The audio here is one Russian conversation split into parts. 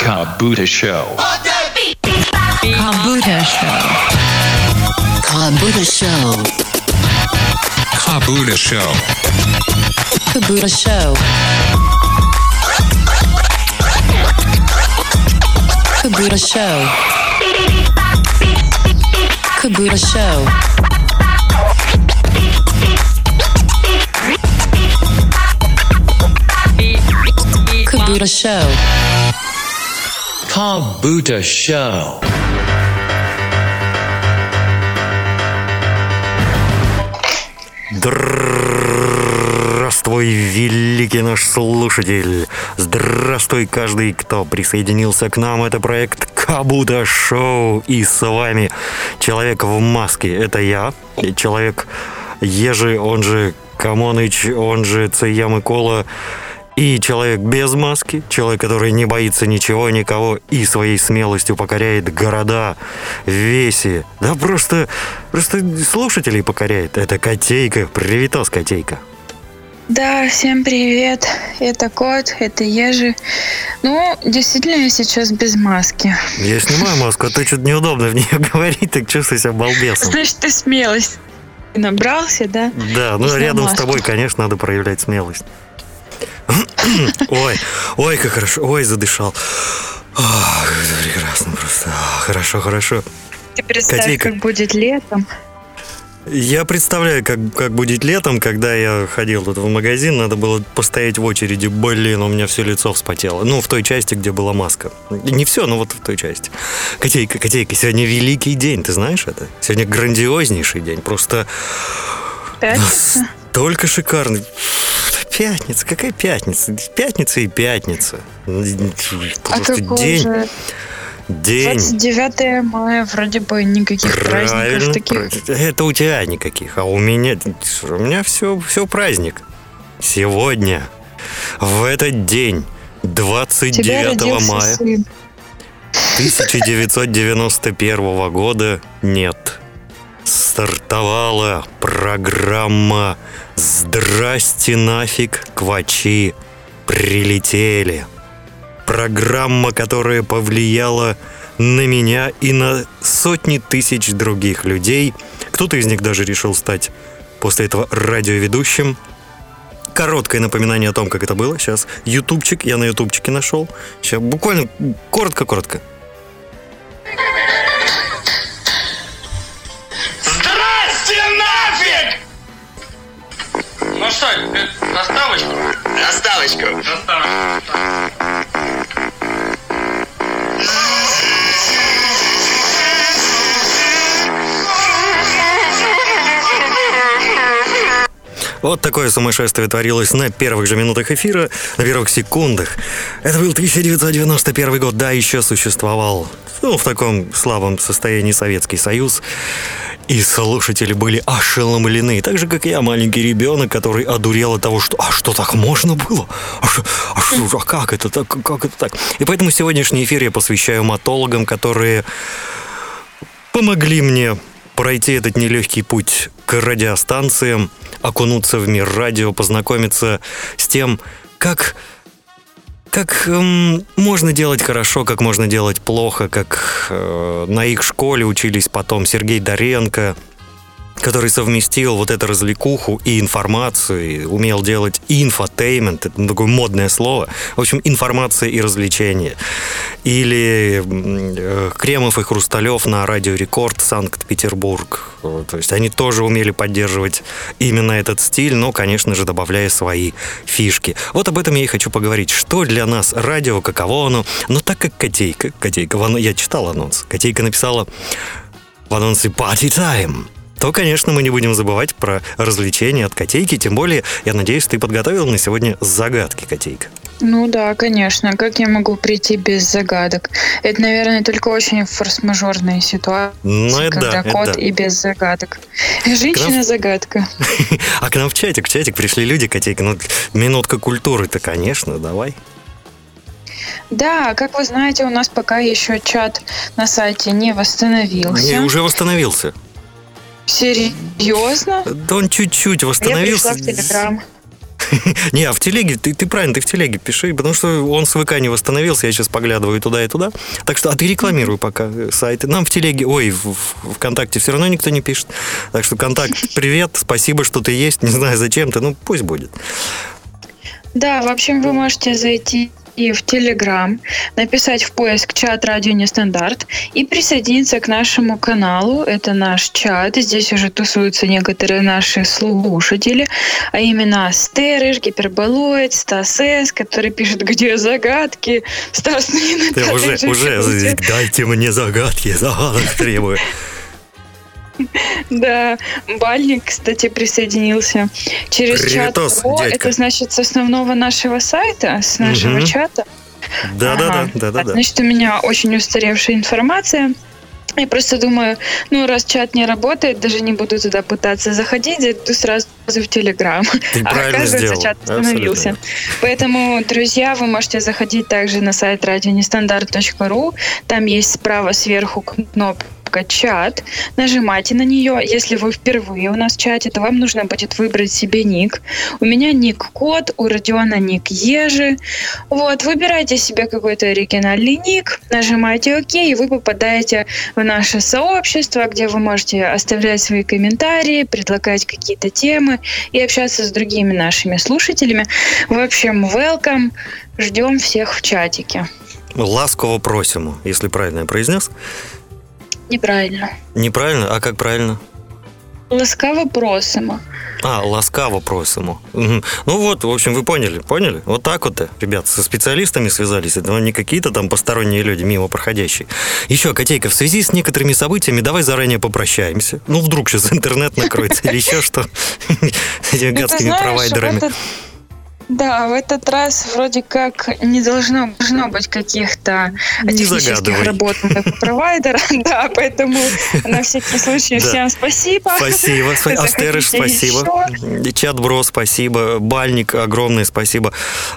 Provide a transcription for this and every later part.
Kabuta Show. Kabuta Show. Kabuta Show. Kabuta Show. Kabuta Show. Kabuta Show. Kabuta Show. Kabuta Show. Kabuta Show. Здравствуй, великий наш слушатель! Здравствуй, каждый, кто присоединился к нам. Это проект Kabuta Show. И с вами человек в маске. Это я, человек Ежи, он же Камоныч, он же Цея Микола. И человек без маски, человек, который не боится ничего, никого и своей смелостью покоряет города, веси. Да просто слушателей покоряет. Это Котейка. Привитос, Котейка. Да, всем привет. Это Кот, это Ежи. Ну, действительно, я сейчас без маски. Я снимаю маску, а то что-то неудобно в нее говорить, так чувствую себя балбесом. Значит, ты смелость набрался, да? Да, ну рядом с тобой, конечно, надо проявлять смелость. Ой, как хорошо. Ой, задышал. Это прекрасно просто. Хорошо. Ты представь, Котейка. как будет летом. Я представляю, как будет летом, когда я ходил тут в магазин, надо было постоять в очереди. Блин, у меня все лицо вспотело. Ну, в той части, где была маска. Не все, но вот в той части. Котейка, сегодня великий день, ты знаешь это? Сегодня грандиознейший день. Просто Пятница? только шикарный. Пятница, какая пятница? Пятница и пятница. Просто какой день. же? День. 29 мая, вроде бы никаких праздников таких. Это у тебя никаких, а у меня все праздник. Сегодня, в этот день, 29 мая 1991 года, нет. Стартовала программа «Здрасте нафиг, квачи прилетели». Программа, которая повлияла на меня и на сотни тысяч других людей. Кто-то из них даже решил стать после этого радиоведущим. Короткое напоминание о том, как это было. Сейчас ютубчик, я на ютубчике нашел. Сейчас буквально коротко. Здрасте нафиг! Ну что, доставочку? Доставочку. Вот такое сумасшествие творилось на первых же минутах эфира, на первых секундах. Это был 1991 год, да, еще существовал, в таком слабом состоянии Советский Союз. И слушатели были ошеломлены, так же, как и я, маленький ребенок, который одурел от того, что так можно было? Как это так? И поэтому сегодняшний эфир я посвящаю матологам, которые помогли мне пройти этот нелегкий путь к радиостанциям, окунуться в мир радио, познакомиться с тем, как можно делать хорошо, как можно делать плохо, как на их школе учились потом Сергей Доренко, который совместил вот эту развлекуху и информацию, и умел делать инфотеймент, это такое модное слово, в общем, информация и развлечение. Или Кремов и Хрусталев на Радио Рекорд, Санкт-Петербург. То есть они тоже умели поддерживать именно этот стиль, но, конечно же, добавляя свои фишки. Вот об этом я и хочу поговорить. Что для нас радио, каково оно? Но так как Котейка, я читал анонс, Котейка написала в анонсе «Party Time», то, конечно, мы не будем забывать про развлечения от Котейки, тем более, я надеюсь, ты подготовил на сегодня загадки, Котейка. Ну да, конечно. Как я могу прийти без загадок? Это, наверное, только очень форс-мажорная ситуация, когда кот и без загадок. Женщина-загадка. А к нам в чатик пришли люди, Котейка. Минутка культуры-то, конечно, давай. Да, как вы знаете, у нас пока еще чат на сайте не восстановился. Не, уже восстановился. Серьезно? Да он чуть-чуть восстановился. Я пришла в Телеграм. Не, а в телеге, ты правильно, ты в телеге пиши, потому что он с ВК не восстановился, я сейчас поглядываю туда и туда. Так что, ты рекламируй пока сайты. Нам в телеге, в ВКонтакте все равно никто не пишет. Так что контакт, привет, спасибо, что ты есть, не знаю, зачем ты, пусть будет. Да, в общем, вы можете зайти и в Телеграм, написать в поиск чат «Радио Нестандарт» и присоединиться к нашему каналу. Это наш чат. Здесь уже тусуются некоторые наши слушатели, а именно Астерыш, Гиперболоид, Стас С, который пишет «Где загадки?». Стас, уже, дайте мне загадки, загадок требую. Да, Бальник, кстати, присоединился через чат. Это значит с основного нашего сайта, с нашего чата. Да. Значит, у меня очень устаревшая информация. Я просто думаю, раз чат не работает, даже не буду туда пытаться заходить, зайду сразу в Телеграм. Оказывается, чат остановился. Поэтому, друзья, вы можете заходить также на сайт radionestandarт.ru. Там есть справа сверху кнопка «Чат». Нажимайте на нее. Если вы впервые у нас в чате, то вам нужно будет выбрать себе ник. У меня ник Кот, у Родиона ник Ежи. Выбирайте себе какой-то оригинальный ник, нажимаете ОК, и вы попадаете в наше сообщество, где вы можете оставлять свои комментарии, предлагать какие-то темы и общаться с другими нашими слушателями. В общем, welcome. Ждем всех в чатике. Ласково просим, если правильно я произнес. Неправильно. Неправильно? А как правильно? Ласкаво просимо. Ласкаво просимо. Угу. В общем, вы поняли? Вот так вот, ребят, со специалистами связались. Это не какие-то там посторонние люди, мимо проходящие. Еще, Котейка, в связи с некоторыми событиями давай заранее попрощаемся. Вдруг сейчас интернет накроется или еще что. С этими гадскими провайдерами. Да, в этот раз вроде как не должно быть каких-то технических работ провайдера. Да, поэтому на всякий случай всем спасибо. Спасибо. Астерыш, спасибо. Чат-бро, спасибо. Бальник, огромное спасибо.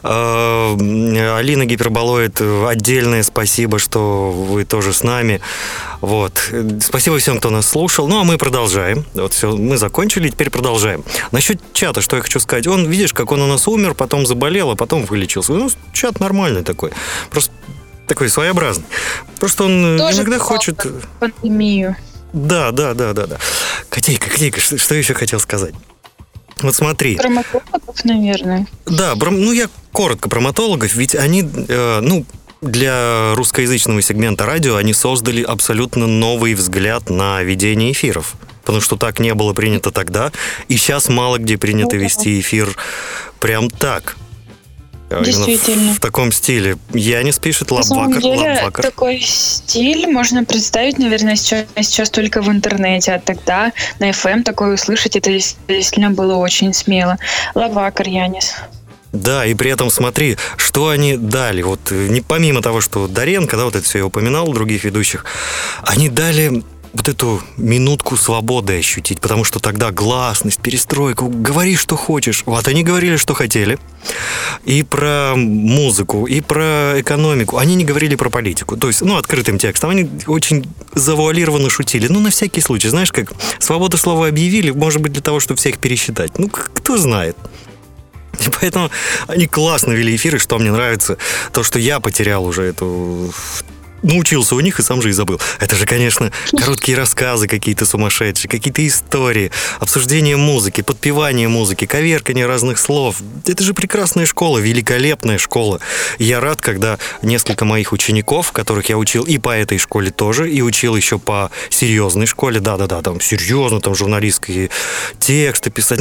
Алина Гиперболоид, отдельное спасибо, что вы тоже с нами. Спасибо всем, кто нас слушал. А мы продолжаем. Все, мы закончили, теперь продолжаем. Насчет чата, что я хочу сказать. Видишь, как он у нас умер, потом заболел, а потом вылечился. Чат нормальный такой. Просто такой своеобразный. Просто он тоже иногда хочет... Пандемию. Да. Котейка, что еще хотел сказать? Смотри. Про матологов, наверное. Да, я коротко про матологов, ведь они... Для русскоязычного сегмента радио они создали абсолютно новый взгляд на ведение эфиров. Потому что так не было принято тогда. И сейчас мало где принято вести эфир прям так. Действительно. В таком стиле. Янис пишет Лабвакар. На самом деле, такой стиль можно представить, наверное, сейчас только в интернете. А тогда на FM такое услышать, это действительно было очень смело. Лабвакар, Янис. Да, и при этом смотри, что они дали. Не помимо того, что Доренко, это все я упоминал, других ведущих, они дали эту минутку свободы ощутить, потому что тогда гласность, перестройка, говори, что хочешь. Они говорили, что хотели. И про музыку, и про экономику. Они не говорили про политику. То есть, открытым текстом. Они очень завуалированно шутили. На всякий случай. Знаешь, как свободу слова объявили, может быть, для того, чтобы всех пересчитать. Кто знает. И поэтому они классно вели эфиры, что мне нравится. То, что я потерял уже эту... Научился у них и сам же и забыл. Это же, конечно, короткие рассказы какие-то сумасшедшие, какие-то истории, обсуждение музыки, подпевание музыки, коверкание разных слов. Это же прекрасная школа, великолепная школа. И я рад, когда несколько моих учеников, которых я учил и по этой школе тоже, и учил еще по серьезной школе, да-да-да, там серьезно, там журналистские тексты писать.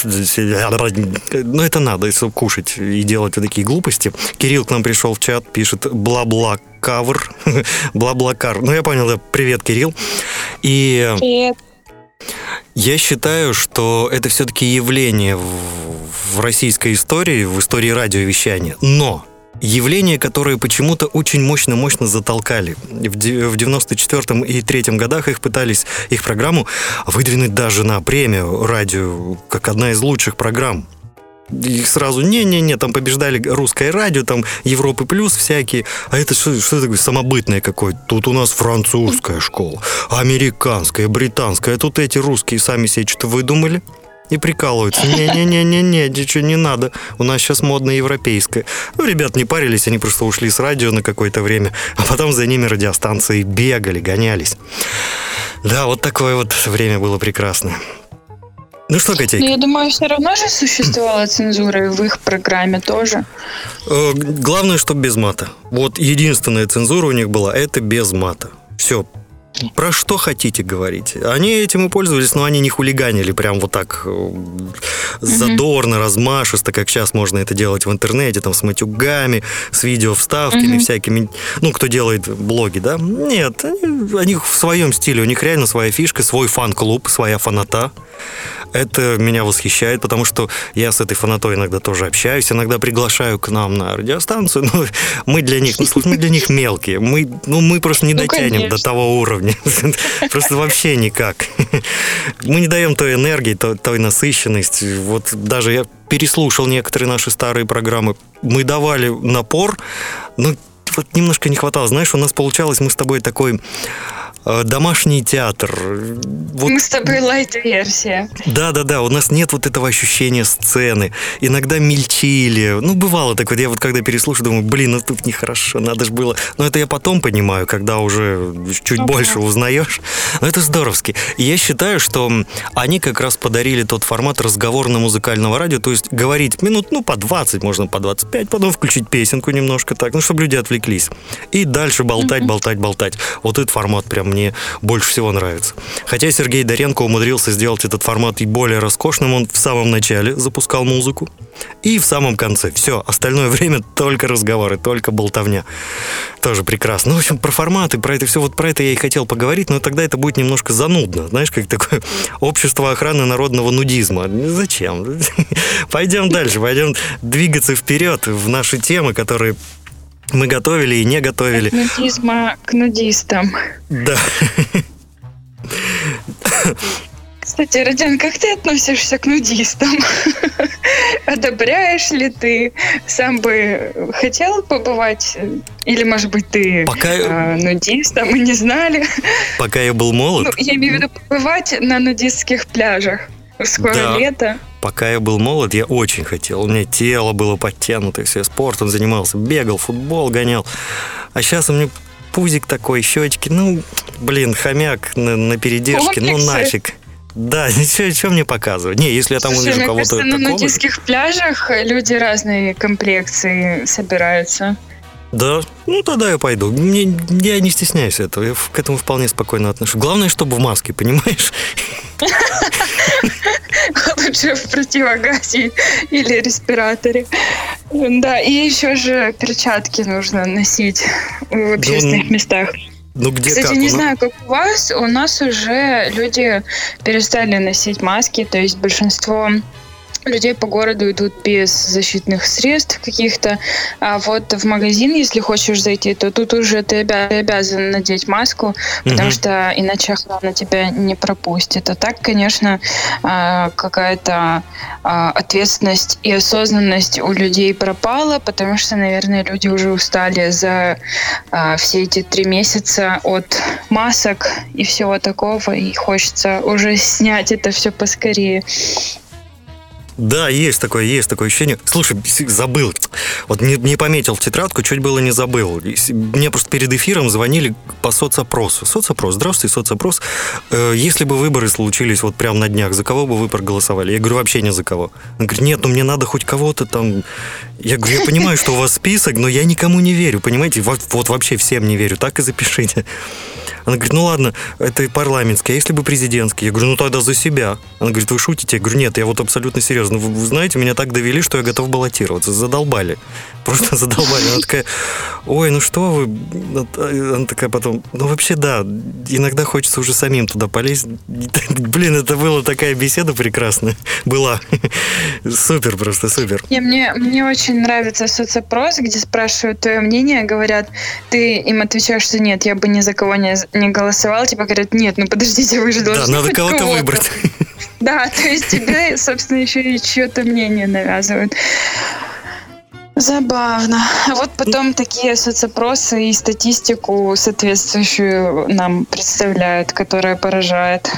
Это надо, если кушать и делать такие глупости. Кирилл к нам пришел в чат, пишет бла-бла кавр, бла-бла-кар. Я понял, да. Привет, Кирилл. И привет. Я считаю, что это все-таки явление в российской истории, в истории радиовещания. Но явление, которое почему-то очень мощно затолкали. В 94-м и 3-м годах их программу выдвинуть даже на премию радио, как одна из лучших программ. И сразу, не-не-не, там побеждали русское радио, там Европы плюс всякие. А это что такое самобытное какое-то? Тут у нас французская школа, американская, британская. А тут эти русские сами себе что-то выдумали. И прикалываются. Не-не-не-не-не, ничего не надо. У нас сейчас модно европейское. Ну, ребят не парились, они просто ушли с радио на какое-то время, а потом за ними радиостанции бегали, гонялись. Да, вот такое вот время было прекрасное. Ну что, Котейка? Я думаю, все равно же существовала цензура и в их программе тоже. Главное, чтобы без мата. Вот единственная цензура у них была, это без мата. Все. Про что хотите говорить. Они этим и пользовались, но они не хулиганили прям вот так задорно, размашисто, как сейчас можно это делать в интернете, там, с матюгами, с видеовставками всякими. Ну, кто делает блоги, да? Нет, они в своем стиле, у них реально своя фишка, свой фан-клуб, своя фаната. Это меня восхищает, потому что я с этой фанатой иногда тоже общаюсь, иногда приглашаю к нам на радиостанцию, но мы для них мелкие, мы просто не дотянем до того уровня, просто вообще никак. Мы не даем той энергии, той насыщенности. Вот даже я переслушал некоторые наши старые программы, мы давали напор, но вот немножко не хватало. Знаешь, у нас получалось, мы с тобой такой домашний театр. Вот. Мы с тобой лайт-версия. Да, у нас нет вот этого ощущения сцены. Иногда мельчили. Ну, бывало так вот. Я вот когда переслушаю, думаю, ну тут нехорошо, надо же было. Но это я потом понимаю, когда уже чуть больше узнаешь. Но это здоровски. И я считаю, что они как раз подарили тот формат разговорно-музыкального радио, то есть говорить минут, по 20, можно по 25, потом включить песенку немножко так, чтобы люди отвлеклись. И дальше болтать. Вот этот формат прям мне больше всего нравится. Хотя Сергей Доренко умудрился сделать этот формат и более роскошным. Он в самом начале запускал музыку и в самом конце. Все, остальное время только разговоры, только болтовня. Тоже прекрасно. Ну, в общем, про форматы, про это все, вот про это я и хотел поговорить, но тогда это будет немножко занудно. Знаешь, как такое общество охраны народного нудизма. Зачем? Пойдем дальше, пойдем двигаться вперед в наши темы, которые мы готовили и не готовили. От нудизма к нудистам. Да. Кстати, Родион, как ты относишься к нудистам? Одобряешь ли ты? Сам бы хотел побывать? Или, может быть, ты нудист, а мы не знали? Пока я был молод? Я имею в виду побывать на нудистских пляжах. Скоро лето. Пока я был молод, я очень хотел. У меня тело было подтянутое, все, спортом занимался, бегал, футбол гонял. А сейчас у меня пузик такой, щечки. Хомяк на передержке, нафиг. Да, что мне показывать? Не, если я там увижу кого-то такого... на нудистских пляжах люди разные комплекции собираются. Да, тогда я пойду. Я не стесняюсь этого, я к этому вполне спокойно отношусь. Главное, чтобы в маске, понимаешь? Лучше в противогазе или респираторе. Да, и еще же перчатки нужно носить в общественных местах. Кстати, не знаю, как у вас, у нас уже люди перестали носить маски, то есть большинство людей по городу идут без защитных средств каких-то, а вот в магазин, если хочешь зайти, то тут уже ты обязан надеть маску, потому что иначе охрана тебя не пропустит. А так, конечно, какая-то ответственность и осознанность у людей пропала, потому что, наверное, люди уже устали за все эти 3 месяца от масок и всего такого, и хочется уже снять это все поскорее. Да, есть такое ощущение. Слушай, забыл. Вот не пометил в тетрадку, чуть было не забыл. Мне просто перед эфиром звонили по соцопросу. Здравствуйте, соцопрос. Если бы выборы случились вот прямо на днях, за кого бы вы проголосовали? Я говорю, вообще ни за кого. Он говорит, нет, мне надо хоть кого-то там... Я говорю, я понимаю, что у вас список, но я никому не верю, понимаете? Вот вообще всем не верю, так и запишите. Она говорит, ладно, это парламентский, а если бы президентский? Я говорю, тогда за себя. Она говорит, вы шутите? Я говорю, нет, я вот абсолютно серьезно. Вы знаете, меня так довели, что я готов баллотироваться. Задолбали. Просто задолбали. Она такая, ой, что вы? Она такая потом, вообще да, иногда хочется уже самим туда полезть. Блин, это была такая беседа прекрасная. Была. Супер, просто супер. Мне очень нравится соцопрос, где спрашивают твое мнение, говорят, ты им отвечаешь, что нет, я бы ни за кого не голосовал, тебе говорят, нет, подождите, вы же должны. Да, надо кого-то выбрать. Да, то есть тебе, собственно, еще и чье-то мнение навязывают. Забавно. А вот потом такие соцопросы и статистику соответствующую нам представляют, которая поражает.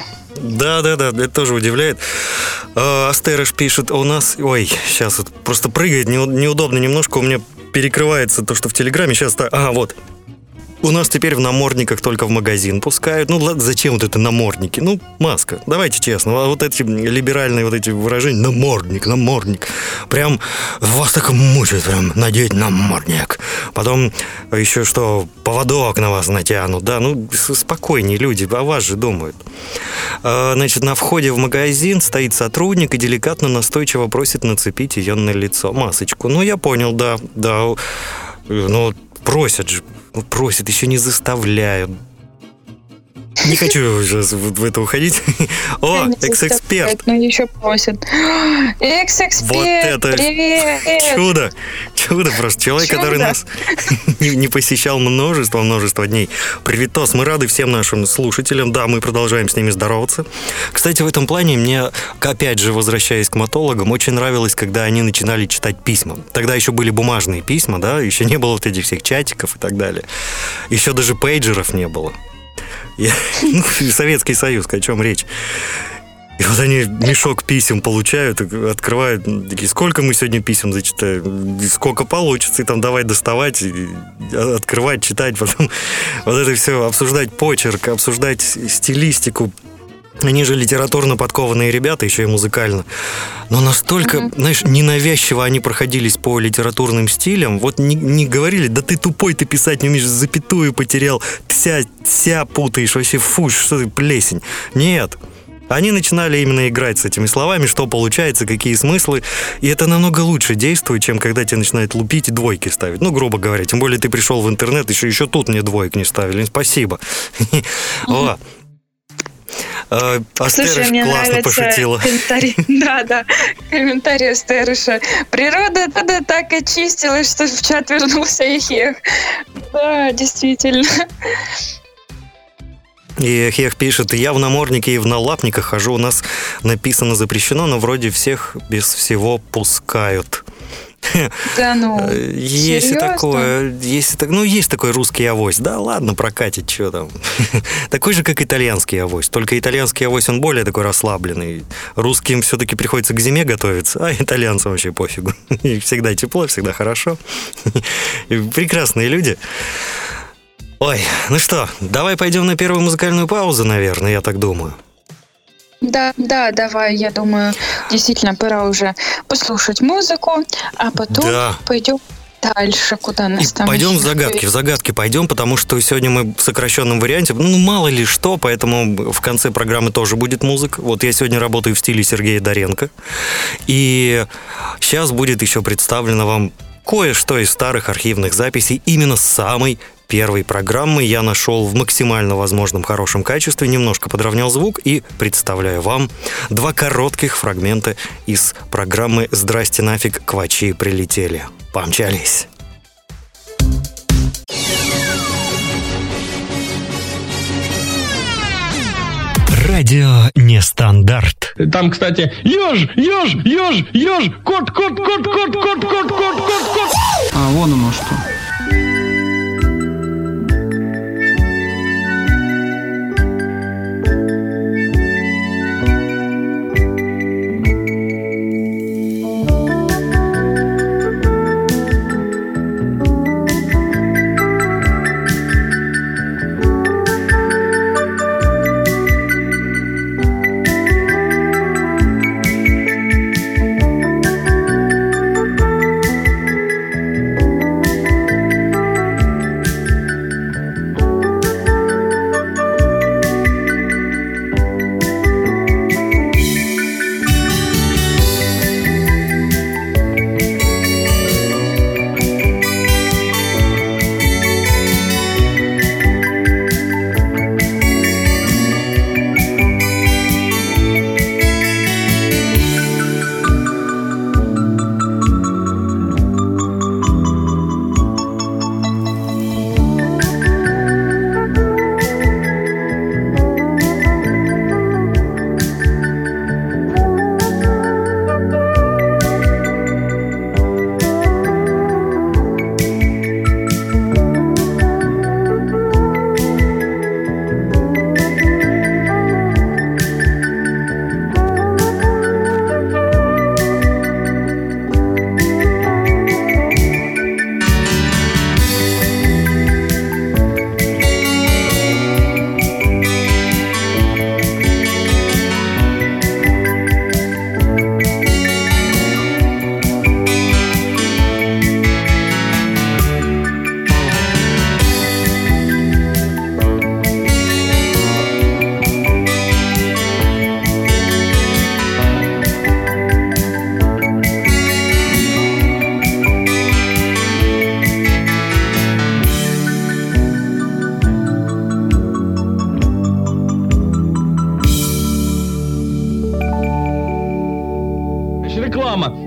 Да, это тоже удивляет. Астерыш пишет, у нас... Ой, сейчас вот просто прыгает, неудобно немножко, у меня перекрывается то, что в Телеграме. Сейчас... вот. У нас теперь в намордниках только в магазин пускают. Ну, ладно, зачем вот это намордники? Ну, маска, давайте честно. Вот эти либеральные вот эти выражения, намордник. Прям вас так мучает, прям надеть намордник. Потом еще что, поводок на вас натянут. Да, ну, спокойнее люди, о вас же думают. Значит, на входе в магазин стоит сотрудник и деликатно, настойчиво просит нацепить ее на лицо. Масочку. Ну, я понял, да. Ну, просят же. Просят, еще не заставляют. Не хочу сейчас в это уходить. О, экс-эксперт. Ну, еще просят. Экс-эксперт, вот это привет. Чудо просто. Человек, который нас не посещал множество дней. Привитос, мы рады всем нашим слушателям. Да, мы продолжаем с ними здороваться. Кстати, в этом плане мне, опять же, возвращаясь к матологам, очень нравилось, когда они начинали читать письма. Тогда еще были бумажные письма, да, еще не было вот этих всех чатиков и так далее. Еще даже пейджеров не было. Советский Союз, о чем речь? И вот они мешок писем получают, открывают, такие, сколько мы сегодня писем зачитаем, сколько получится, и там давай доставать, открывать, читать, потом вот это все, обсуждать почерк, обсуждать стилистику. Они же литературно подкованные ребята, еще и музыкально. Но настолько, знаешь, ненавязчиво они проходились по литературным стилям. Вот не говорили, да ты тупой, ты писать не умеешь, запятую потерял, тся путаешь, вообще фу, что ты, плесень. Нет. Они начинали именно играть с этими словами, что получается, какие смыслы. И это намного лучше действует, чем когда тебе начинают лупить и двойки ставить. Ну, грубо говоря. Тем более ты пришел в интернет, еще тут мне двоек не ставили. Спасибо. Слушай, мне классно пошутила. Комментарий Астерыша. Природа тогда так очистилась, что в чат вернулся Эхех. Да, действительно. И Эхех пишет, я в наморднике и в налапниках хожу, у нас написано запрещено, но вроде всех без всего пускают. Да ну, есть и такое, есть такой русский авось. Да ладно, прокатит, что там. Такой же, как итальянский авось. Только итальянский авось, он более такой расслабленный. Русским все-таки приходится к зиме готовиться, а итальянцам вообще пофигу. И всегда тепло, всегда хорошо. Прекрасные люди. Ой, ну что, давай пойдем на первую музыкальную паузу, наверное, я так думаю. Да, давай, я думаю, действительно пора уже послушать музыку, а потом пойдем дальше, куда нас там пойдем в загадки пойдем, потому что сегодня мы в сокращенном варианте, ну, мало ли что, поэтому в конце программы тоже будет музыка. Вот я сегодня работаю в стиле Сергея Доренко, и сейчас будет еще представлено вам кое-что из старых архивных записей именно с самой первой программы. Я нашел в максимально возможном хорошем качестве, немножко подровнял звук и представляю вам 2 коротких фрагмента из программы «Здрасте нафиг, квачи прилетели». Помчались! Радио Нестандарт. Там, кстати, еж, кот. А вон оно что.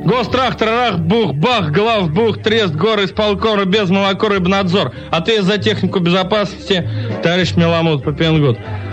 Гострах, трарах, бух, бах, глав, бух, трест, горы, исполком, без молоко, рыбнадзор. Ответ за технику безопасности, товарищ Меламут, Попенгут.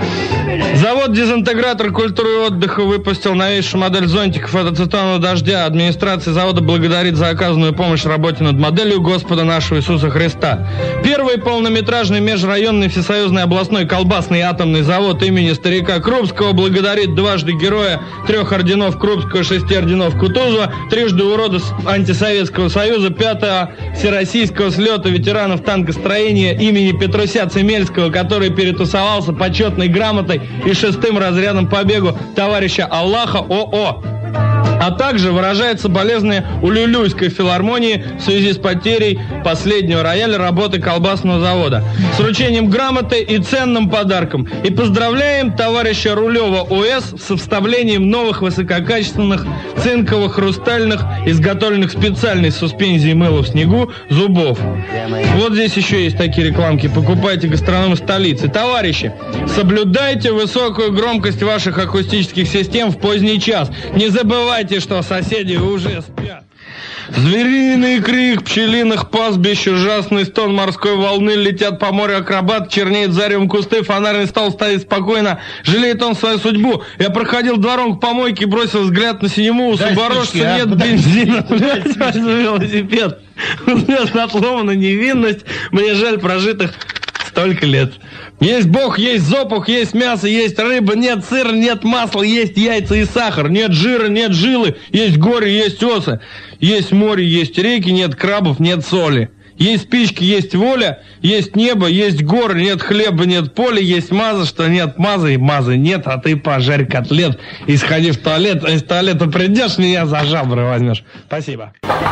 Завод «Дезинтегратор культуры и отдыха» выпустил новейшую модель зонтиков от ацетонового дождя. Администрация завода благодарит за оказанную помощь в работе над моделью Господа нашего Иисуса Христа. Первый полнометражный межрайонный всесоюзный областной колбасный атомный завод имени старика Крупского благодарит дважды героя 3 орденов Крупского, 6 орденов Кутузова, трижды урода антисоветского союза, 5-го всероссийского слета ветеранов танкостроения имени Петруся Цемельского, который перетусовался почетной грамотой и 6-м разрядом по бегу товарища Аллаха ОО. А также выражает соболезнования Улюлюйской филармонии в связи с потерей последнего рояля работы колбасного завода. С вручением грамоты и ценным подарком. И поздравляем товарища Рулева ОС с вставлением новых высококачественных цинковых, хрустальных, изготовленных специальной суспензией мыла в снегу зубов. Вот здесь еще есть такие рекламки. Покупайте гастрономы столицы. Товарищи, соблюдайте высокую громкость ваших акустических систем в поздний час. Не забывайте, что соседи уже спят. Звериный крик пчелиных пастбищ, ужасный стон морской волны, летят по морю акробат, чернеет заревом кусты, фонарный стол стоит спокойно, жалеет он свою судьбу. Я проходил двором к помойке, бросил взгляд на синему, у суборожца нет бензина, велосипед. Взгляд отломана невинность, мне жаль прожитых столько лет. Есть Бог, есть зопух, есть мясо, есть рыба, нет сыра, нет масла, есть яйца и сахар, нет жира, нет жилы, есть горе, есть осы, есть море, есть реки, нет крабов, нет соли. Есть спички, есть воля, есть небо, есть горы, нет хлеба, нет поля, есть маза, что нет мазы, и мазы нет, а ты пожарь котлет и сходи в туалет, а из туалета придешь, меня за жабры возьмешь. Спасибо.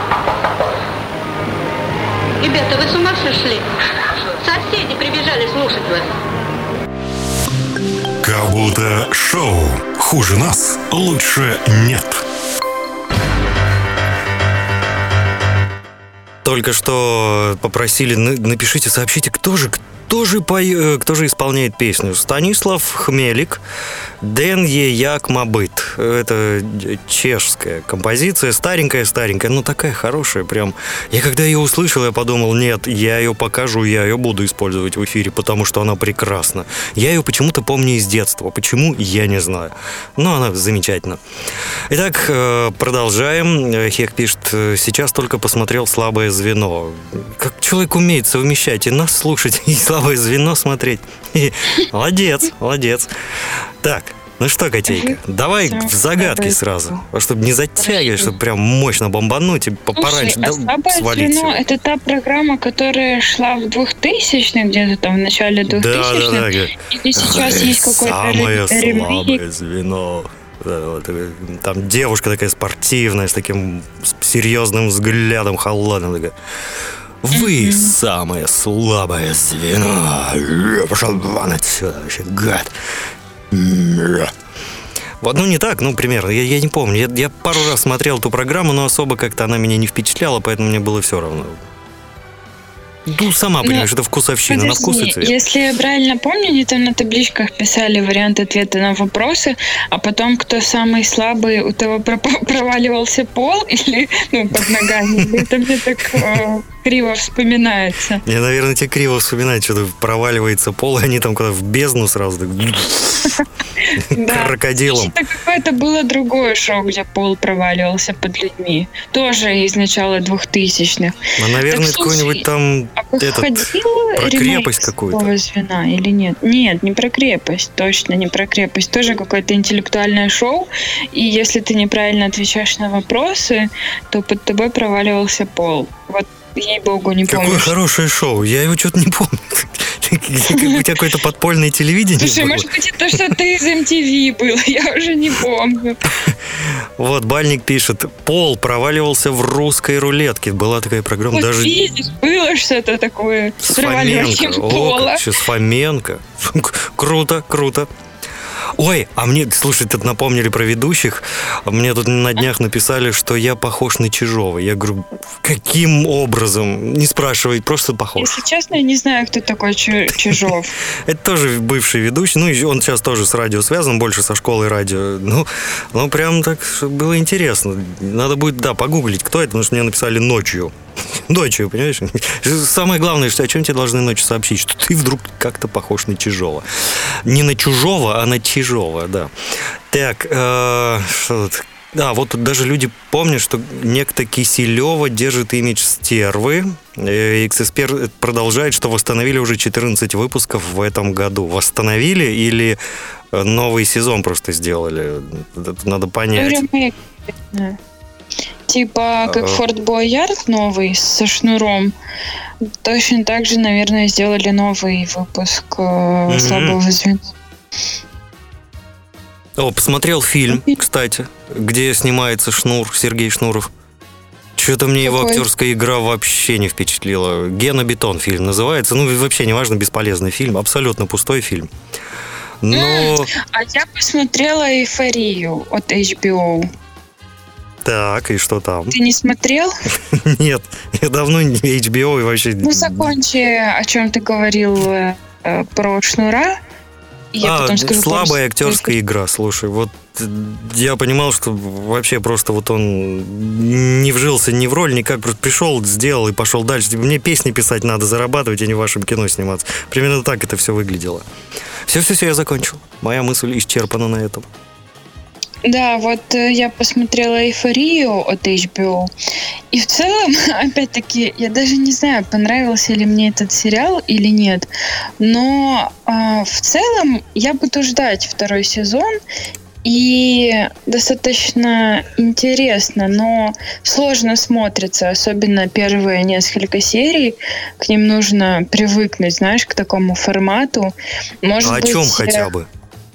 Ребята, вы с ума сошли? Соседи прибежали слушать вас. Как будто шоу. Хуже нас лучше нет. Только что попросили, напишите, сообщите, кто же исполняет песню. Станислав Хмелик, Ден е як мабыт. Это чешская композиция, старенькая, но такая хорошая прям. Я когда ее услышал, я подумал, нет, я ее покажу, я ее буду использовать в эфире, потому что она прекрасна. Я ее почему-то помню из детства. Почему, я не знаю. Но она замечательна. Итак, продолжаем. Хек пишет, сейчас только посмотрел «Слабое звено». Как человек умеет совмещать и нас слушать, и «Слабое звено» смотреть. Молодец. Так, ну что, Котейка, давай в загадки сразу, чтобы не затягивать, чтобы прям мощно бомбануть и пораньше «Слабое звено» — это та программа, которая шла в 2000-х, где-то там в начале 2000-х, да. Или сейчас есть какой-то самое слабое звено. Там девушка такая спортивная, с таким серьезным взглядом, холодным, такая: вы самое слабое звено. Пошел вон отсюда, вообще гад. Вот, ну не так, примерно, я не помню. Я пару раз смотрел эту программу, но особо как-то она меня не впечатляла, поэтому мне было все равно. Ну, сама понимаешь, это вкусовщина, на вкус и цвет. Если я правильно помню, они там на табличках писали вариант ответа на вопросы, а потом, кто самый слабый, у того проваливался пол или под ногами. Это мне так криво вспоминается. Я, наверное, тебе криво вспоминать, что-то проваливается пол, и они там куда-то в бездну сразу крокодилом. Это какое-то было другое шоу, где пол проваливался под людьми. Тоже из начала 2000-х. Наверное, какой-нибудь там про крепость какую-то. Звена или нет? Нет, не про крепость, точно не про крепость. Тоже какое-то интеллектуальное шоу, и если ты неправильно отвечаешь на вопросы, то под тобой проваливался пол. Вот, ей-богу, не помню. Какое хорошее шоу, я его что-то не помню. У тебя какое-то подпольное телевидение? Слушай, может быть, это что-то из MTV было, я уже не помню. Вот, Бальник пишет, пол проваливался в русской рулетке. Была такая программа. Вот даже видишь, было что-то такое с проваливанием пола. С Фоменко. Круто. Ой, а мне, слушай, тут напомнили про ведущих. Мне тут на днях написали, что я похож на Чижова. Я говорю, каким образом? Не спрашивай, просто похож. Если честно, я не знаю, кто такой Чижов. Это тоже бывший ведущий. Ну, и он сейчас тоже с радио связан, больше со школой радио. Ну, прям так было интересно. Надо будет, да, погуглить, кто это, потому что мне написали ночью. Ночью, понимаешь? Самое главное, что о чем тебе должны ночью сообщить, что ты вдруг как-то похож на Чижова. Не на Чужого, а на Чижова, да. Так, что тут? Да, вот тут даже люди помнят, что некто Киселева держит имидж стервы. X-Expert продолжает, что восстановили уже 14 выпусков в этом году. Восстановили или новый сезон просто сделали? Это надо понять. Типа как Форт Боярд новый со шнуром. Точно так же, наверное, сделали новый выпуск «Слабого звена». О, посмотрел фильм, кстати, где снимается Шнур, Сергей Шнуров. Что-то мне его актерская игра вообще не впечатлила. «Гена Бетон» фильм называется. Ну, вообще, неважно, бесполезный фильм. Абсолютно пустой фильм. Но... А я посмотрела «Эйфорию» от HBO. Так, и что там? Ты не смотрел? Нет, я давно не HBO и вообще... Ну, закончи, о чем ты говорил про Шнура. Я потом скажу, слабая актерская игра, слушай, вот я понимал, что вообще просто вот он не вжился ни в роль, никак, просто пришел, сделал и пошел дальше. Мне песни писать надо, зарабатывать, а не в вашем кино сниматься. Примерно так это все выглядело. Все, я закончил. Моя мысль исчерпана на этом. Да, вот я посмотрела «Эйфорию» от HBO, и в целом, опять-таки, я даже не знаю, понравился ли мне этот сериал или нет, но в целом я буду ждать второй сезон, и достаточно интересно, но сложно смотрится, особенно первые несколько серий, к ним нужно привыкнуть, знаешь, к такому формату. Может о чем хотя бы?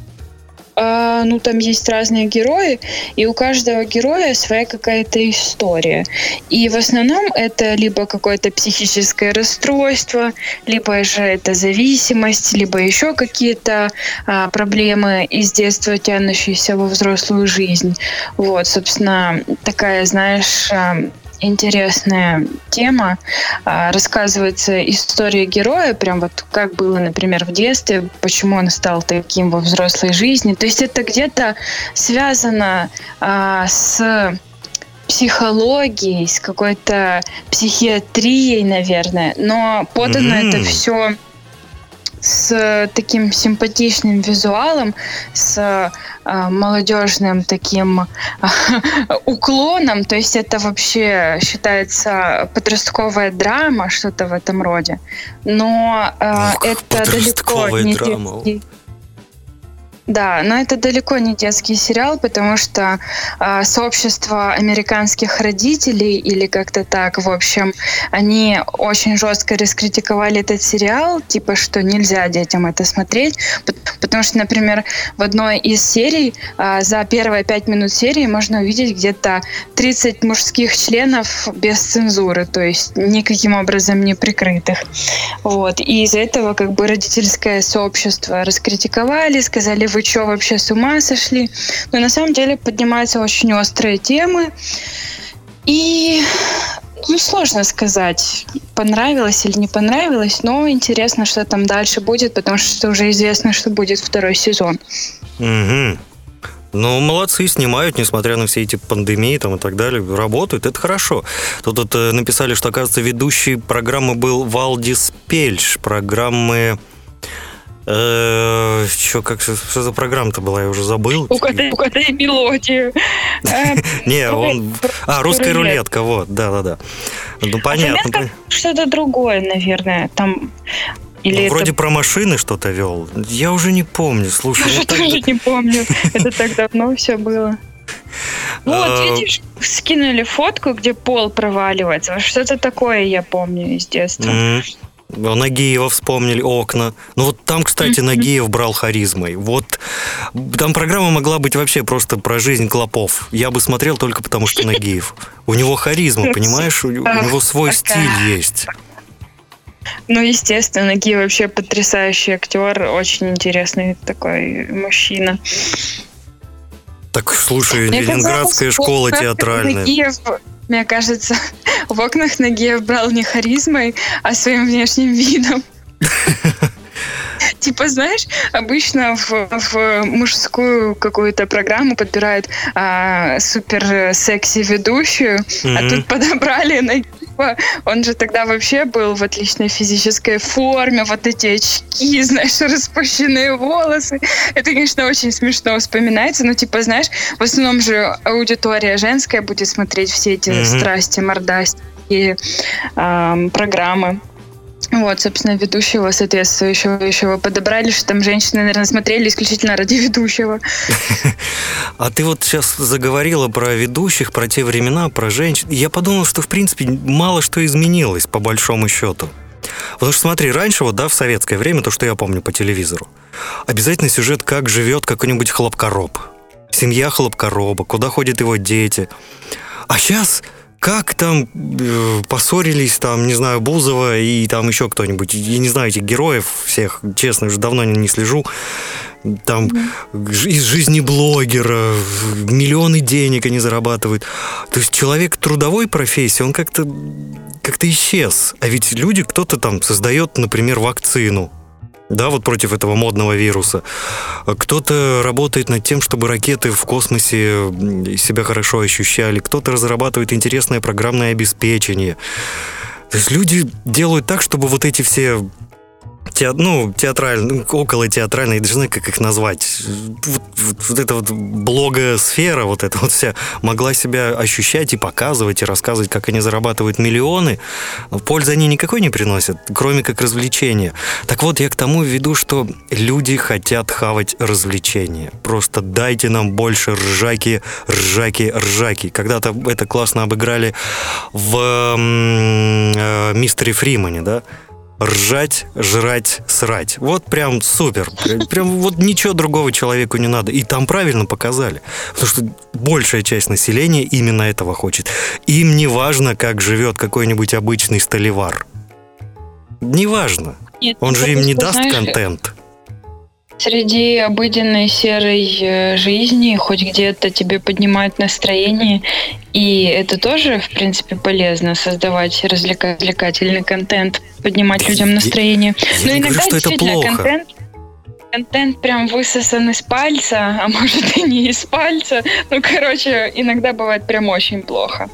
Ну, там есть разные герои, и у каждого героя своя какая-то история. И в основном это либо какое-то психическое расстройство, либо же это зависимость, либо еще какие-то проблемы из детства, тянущиеся во взрослую жизнь. Вот, собственно, такая, знаешь... интересная тема. Рассказывается история героя, прям вот как было, например, в детстве, почему он стал таким во взрослой жизни. То есть это где-то связано с психологией, с какой-то психиатрией, наверное, но подано это все с таким симпатичным визуалом, с молодежным таким уклоном, то есть это вообще считается подростковая драма, что-то в этом роде, но это далеко не детский. Да, но это далеко не детский сериал, потому что сообщество американских родителей, или как-то так, в общем, они очень жестко раскритиковали этот сериал, типа, что нельзя детям это смотреть, потому что, например, в одной из серий за первые 5 минут серии можно увидеть где-то 30 мужских членов без цензуры, то есть никаким образом не прикрытых. Вот. И из-за этого как бы родительское сообщество раскритиковали, сказали, вы что, вообще с ума сошли? Но на самом деле поднимаются очень острые темы. И сложно сказать, понравилось или не понравилось, но интересно, что там дальше будет, потому что уже известно, что будет второй сезон. Угу. Ну, молодцы, снимают, несмотря на все эти пандемии там и так далее, работают, это хорошо. Тут написали, что, оказывается, ведущий программы был Валдис Пельш, программы... Что за программа-то была, я уже забыл. Угадай мелодию. Не, он... «Русская рулетка», вот, да. Ну, понятно. Что-то другое, наверное, там... Или вроде про машины что-то вел. Я уже не помню, слушай. Я тоже не помню. Это так давно все было. Вот, видишь, скинули фотку, где пол проваливается. Что-то такое я помню из детства. Нагиева вспомнили, «Окна». Ну вот там, кстати, Нагиев брал харизмой. Вот там программа могла быть вообще просто про жизнь клопов. Я бы смотрел только потому, что Нагиев. У него харизма, понимаешь? У него свой стиль есть. Ну, естественно, Ги вообще потрясающий актер, очень интересный такой мужчина. Так, слушай, Ленинградская школа театральная. Мне кажется, в окнах Нагиев брал не харизмой, а своим внешним видом. Типа, знаешь, обычно в мужскую какую-то программу подбирают супер секси ведущую, а тут подобрали Нагиева. Он же тогда вообще был в отличной физической форме, вот эти очки, знаешь, распущенные волосы. Это, конечно, очень смешно вспоминается, но, типа, знаешь, в основном же аудитория женская будет смотреть все эти страсти, мордасти и программы. Вот, собственно, ведущего соответствующего подобрали, что там женщины, наверное, смотрели исключительно ради ведущего. А ты вот сейчас заговорила про ведущих, про те времена, про женщин. Я подумал, что, в принципе, мало что изменилось, по большому счету. Потому что, смотри, раньше, вот, да, в советское время, то, что я помню по телевизору, обязательно сюжет, как живет какой-нибудь хлопкороб. Семья хлопкороба, куда ходят его дети. А сейчас... Как там поссорились, там, не знаю, Бузова и там еще кто-нибудь. Я не знаю этих героев всех, честно, уже давно не слежу. Там из жизни блогера, миллионы денег они зарабатывают. То есть человек трудовой профессии, он как-то исчез. А ведь люди, кто-то там создает, например, вакцину. Да, вот против этого модного вируса. Кто-то работает над тем, чтобы ракеты в космосе себя хорошо ощущали. Кто-то разрабатывает интересное программное обеспечение. То есть люди делают так, чтобы вот эти все театральные, околотеатральные, я даже не знаю, как их назвать. Вот эта вот блогосфера, вот эта вот вся могла себя ощущать и показывать, и рассказывать, как они зарабатывают миллионы. Но пользы они никакой не приносят, кроме как развлечения. Так вот, я к тому веду, что люди хотят хавать развлечения. Просто дайте нам больше ржаки. Когда-то это классно обыграли в «Мистере Фримане», да? Ржать, жрать, срать. Вот прям супер. Прям вот ничего другого человеку не надо. И там правильно показали. Потому что большая часть населения именно этого хочет. Им не важно, как живет какой-нибудь обычный столевар. Не важно. Нет, он же им не даст контент. Среди обыденной серой жизни хоть где-то тебе поднимает настроение, и это тоже, в принципе, полезно, создавать развлекательный контент, поднимать людям настроение. Но иногда говорю, что действительно это плохо. Контент прям высосан из пальца, а может и не из пальца. Ну, короче, иногда бывает прям очень плохо.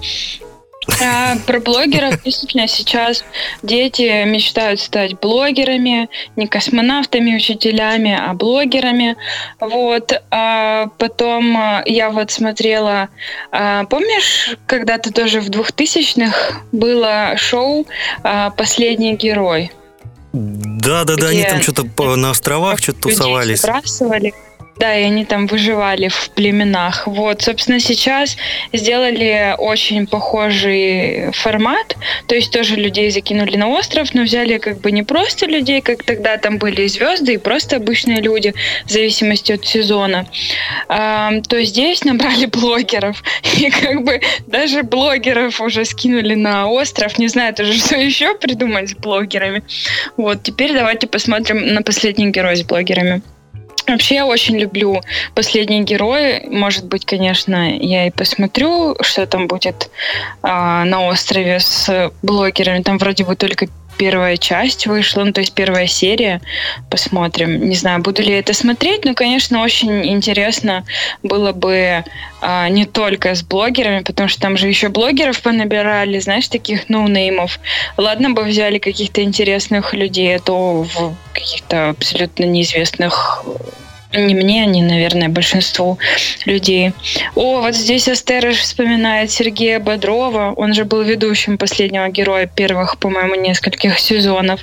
Про блогеров действительно сейчас дети мечтают стать блогерами, не космонавтами, учителями, а блогерами. Вот. А потом я вот смотрела, помнишь, когда-то тоже в 2000-х было шоу «Последний герой»? Да, они там что-то на островах что-то тусовались. Сбрасывали. Да, и они там выживали в племенах. Вот, собственно, сейчас сделали очень похожий формат. То есть тоже людей закинули на остров, но взяли как бы не просто людей, как тогда там были и звезды, и просто обычные люди, в зависимости от сезона. То здесь набрали блогеров. И как бы даже блогеров уже скинули на остров. Не знаю тоже, что еще придумать с блогерами. Вот, теперь давайте посмотрим на «Последний герой» с блогерами. Вообще я очень люблю «Последний герой». Может быть, конечно, я и посмотрю, что там будет на острове с блогерами. Там вроде бы только первая часть вышла, ну, то есть первая серия. Посмотрим. Не знаю, буду ли я это смотреть, но, конечно, очень интересно было бы не только с блогерами, потому что там же еще блогеров понабирали, знаешь, таких ноунеймов. Ладно бы взяли каких-то интересных людей, а то в каких-то абсолютно неизвестных не мне, а не, наверное, большинству людей. О, вот здесь Астерыш вспоминает Сергея Бодрова. Он же был ведущим «Последнего героя» первых, по-моему, нескольких сезонов.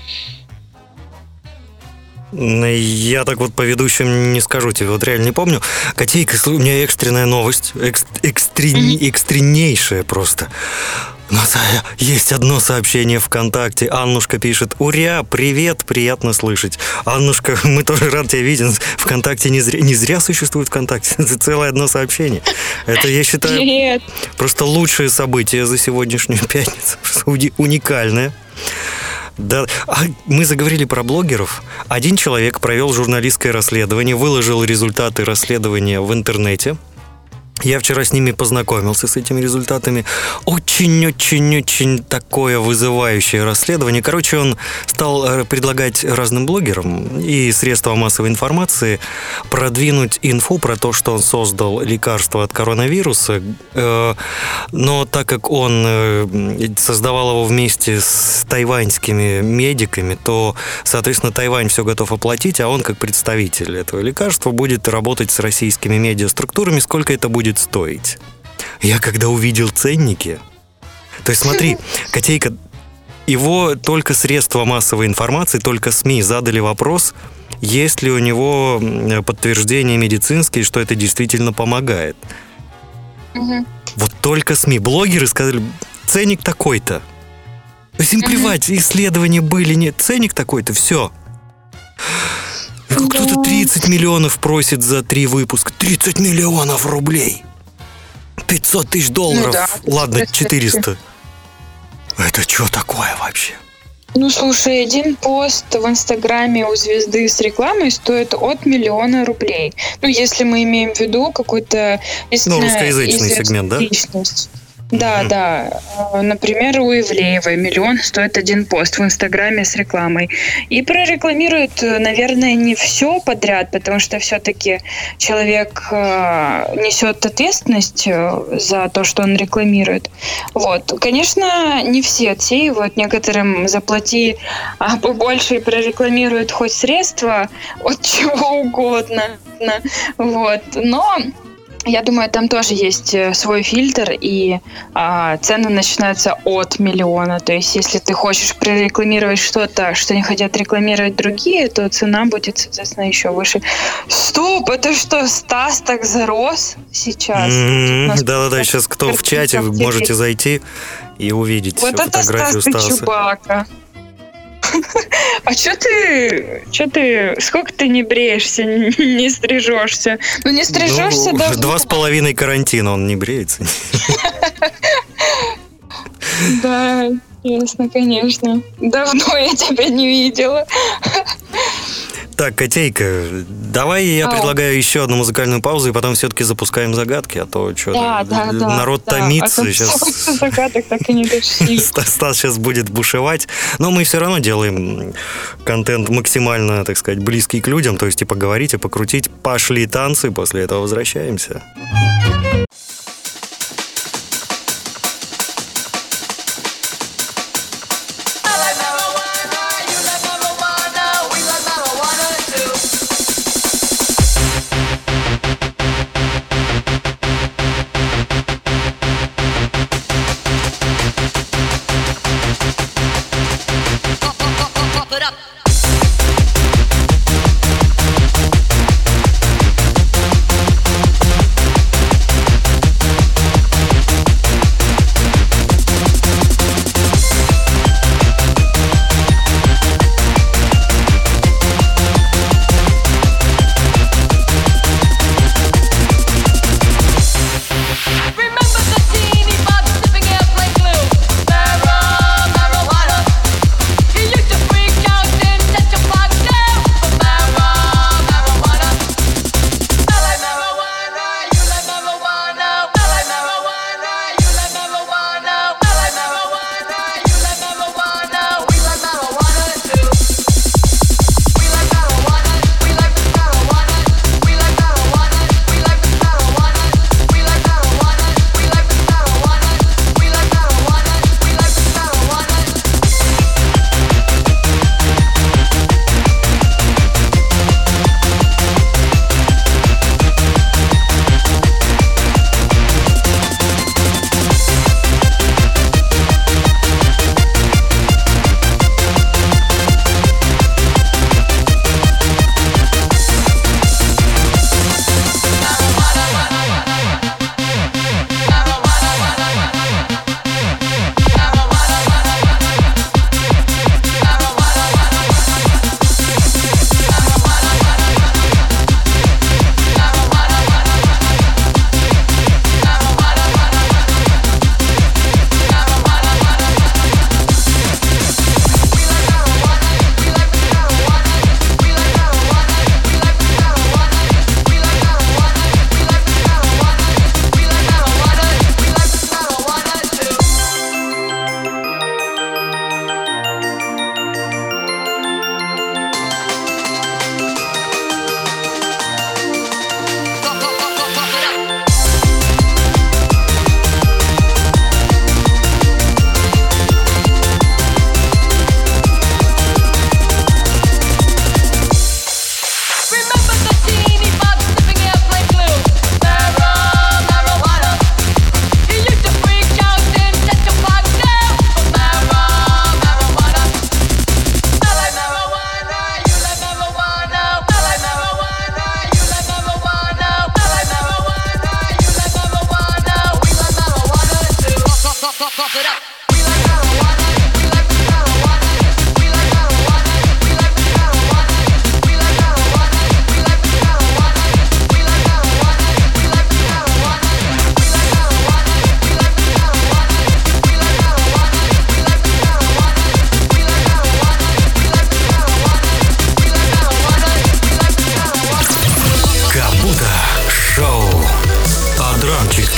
Я так вот по ведущим не скажу тебе, вот реально не помню. Котейка, у меня экстренная новость, экстреннейшая просто. Наталья, есть одно сообщение ВКонтакте. Аннушка пишет: «Уря, привет, приятно слышать». Аннушка, мы тоже рад тебя видеть. ВКонтакте не зря существует ВКонтакте. Это целое одно сообщение. Это, я считаю, просто лучшее событие за сегодняшнюю пятницу. Уникальное. Да, мы заговорили про блогеров. Один человек провел журналистское расследование, выложил результаты расследования в интернете. Я вчера с ними познакомился, с этими результатами. Очень-очень-очень такое вызывающее расследование. Короче, он стал предлагать разным блогерам и средствам массовой информации продвинуть инфу про то, что он создал лекарство от коронавируса. Но так как он создавал его вместе с тайваньскими медиками, то, соответственно, Тайвань все готов оплатить, а он, как представитель этого лекарства, будет работать с российскими медиаструктурами. Сколько это будет стоить? Я когда увидел ценники... То есть смотри, Котейка, его только средства массовой информации, только СМИ задали вопрос, есть ли у него подтверждения медицинские, что это действительно помогает. Вот только СМИ. Блогеры сказали, ценник такой-то. То есть им плевать, исследования были, нет, ценник такой-то, все. Кто-то 30 миллионов просит за 3 выпуска. 30 миллионов рублей. 500 тысяч долларов. Ну, да, ладно, 400. Это что такое вообще? Ну, слушай, один пост в Инстаграме у звезды с рекламой стоит от 1 миллиона рублей. Ну, если мы имеем в виду какой-то... русскоязычный сегмент, да? Личность. Да, да. Например, у Ивлеевой 1 миллион стоит один пост в Инстаграме с рекламой. И прорекламируют, наверное, не все подряд, потому что все-таки человек несет ответственность за то, что он рекламирует. Вот. Конечно, не все отсеивают. Некоторым заплати побольше и прорекламируют хоть средства от чего угодно. Вот. Но... я думаю, там тоже есть свой фильтр, и цены начинаются от 1 миллиона. То есть, если ты хочешь прорекламировать что-то, что не хотят рекламировать другие, то цена будет, соответственно, еще выше. Стоп, это что, Стас так зарос сейчас? Да-да-да, сейчас кто в чате, вы можете зайти и увидеть вот фотографию Стаса. Вот это Стас, ты Чубака. А что ты, сколько ты не бреешься, не стрижешься? Ну, не стрижешься давно. 2,5 карантина, он не бреется. Да, ясно, конечно. Давно я тебя не видела. Так, Котейка, давай я предлагаю еще одну музыкальную паузу, и потом все-таки запускаем загадки, а то что народ томится. Сейчас загадок так и не дошли. Стас сейчас будет бушевать, но мы все равно делаем контент максимально, так сказать, близкий к людям, то есть и поговорить, и покрутить. Пошли танцы, после этого возвращаемся.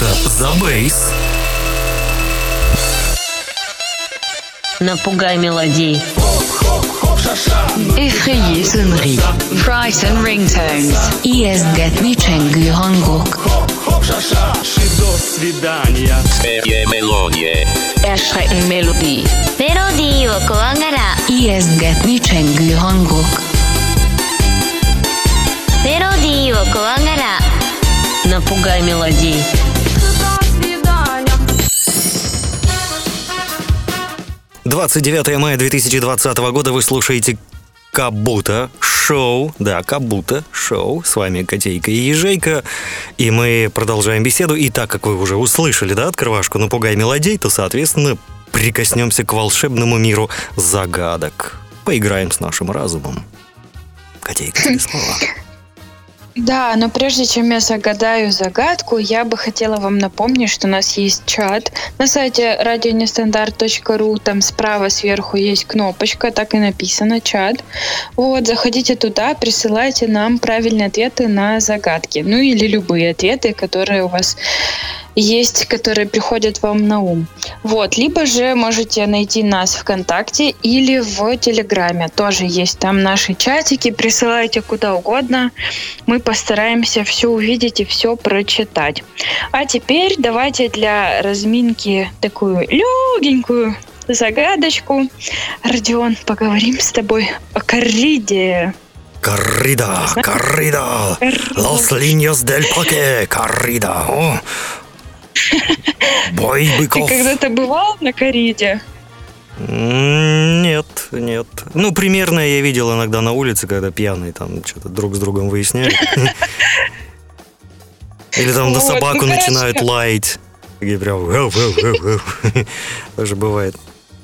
Взяться за бейс. Напугай мелодий. Effrayé sonnerie. Frighten ringtones. Ijesztgetni csengő hangok. Erschrecken Melodie. Melodieを怖がら。 Ijesztgetni csengő hangok. Melodieを怖がら。Напугай мелодий. — 29 мая 2020 года вы слушаете Кабуто Шоу. Да, Кабуто Шоу. С вами Котейка и Ежейка. И мы продолжаем беседу. И так как вы уже услышали, да, открывашку «Напугай мелодей», то, соответственно, прикоснемся к волшебному миру загадок. Поиграем с нашим разумом. Котейка, тебе слово. Да, но прежде чем я загадаю загадку, я бы хотела вам напомнить, что у нас есть чат на сайте radionestandarт.ru. Там справа сверху есть кнопочка, так и написано «чат». Вот, заходите туда, присылайте нам правильные ответы на загадки. Ну или любые ответы, которые у вас есть, которые приходят вам на ум. Вот, либо же можете найти нас ВКонтакте или в Телеграме. Тоже есть там наши чатики, присылайте куда угодно. Мы постараемся все увидеть и все прочитать. А теперь давайте для разминки такую легенькую загадочку. Родион, поговорим с тобой о корриде. Коррида, коррида, los líneas del parque, коррида. О, бой быков. Ты когда-то бывал на корриде? Нет, нет. Ну, примерно я видел иногда на улице, когда пьяные там что-то друг с другом выясняют. Или там на собаку начинают лаять. И прям... Тоже бывает.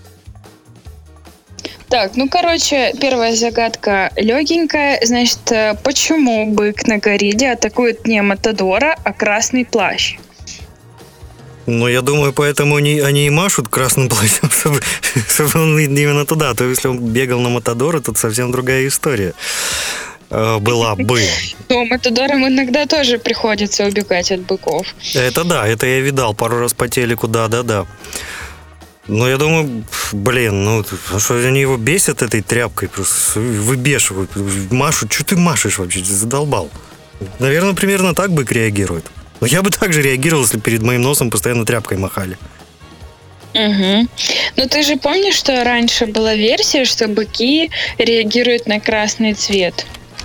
Так, ну, короче, первая загадка легенькая. Значит, почему бык на корриде атакует не Матадора, а красный плащ? Ну, я думаю, поэтому они и машут красным плащом, чтобы он именно туда. То если он бегал на Матадора, тут совсем другая история была бы. Но Матадорам иногда тоже приходится убегать от быков. Это да, это я видал пару раз по телеку, да. Но я думаю, блин, ну что они его бесят этой тряпкой, просто выбешивают, машут. Что ты машешь вообще, задолбал? Наверное, примерно так бык реагирует. Но я бы так же реагировал, если перед моим носом постоянно тряпкой махали. Угу. Но ты же помнишь, что раньше была версия, что быки реагируют на красный цвет?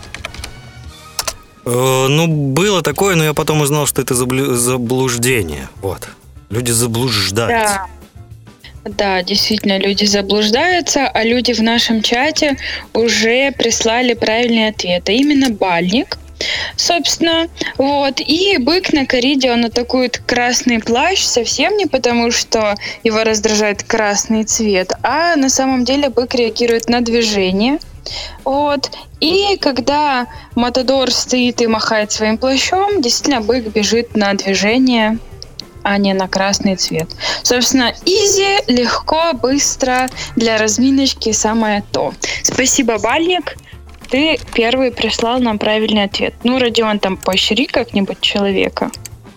Ну, было такое, но я потом узнал, что это заблуждение. Вот. Люди заблуждаются. Да, действительно, люди заблуждаются, а люди в нашем чате уже прислали правильный ответ, а именно бальник. Собственно, вот. И бык на корриде, он атакует красный плащ совсем не потому, что его раздражает красный цвет, а на самом деле бык реагирует на движение. Вот. И когда Матадор стоит и махает своим плащом, действительно, бык бежит на движение, а не на красный цвет. Собственно, изи, легко, быстро, для разминочки самое то. Спасибо, бальник. Ты первый прислал нам правильный ответ. Ну, Родион, там поощри как-нибудь человека.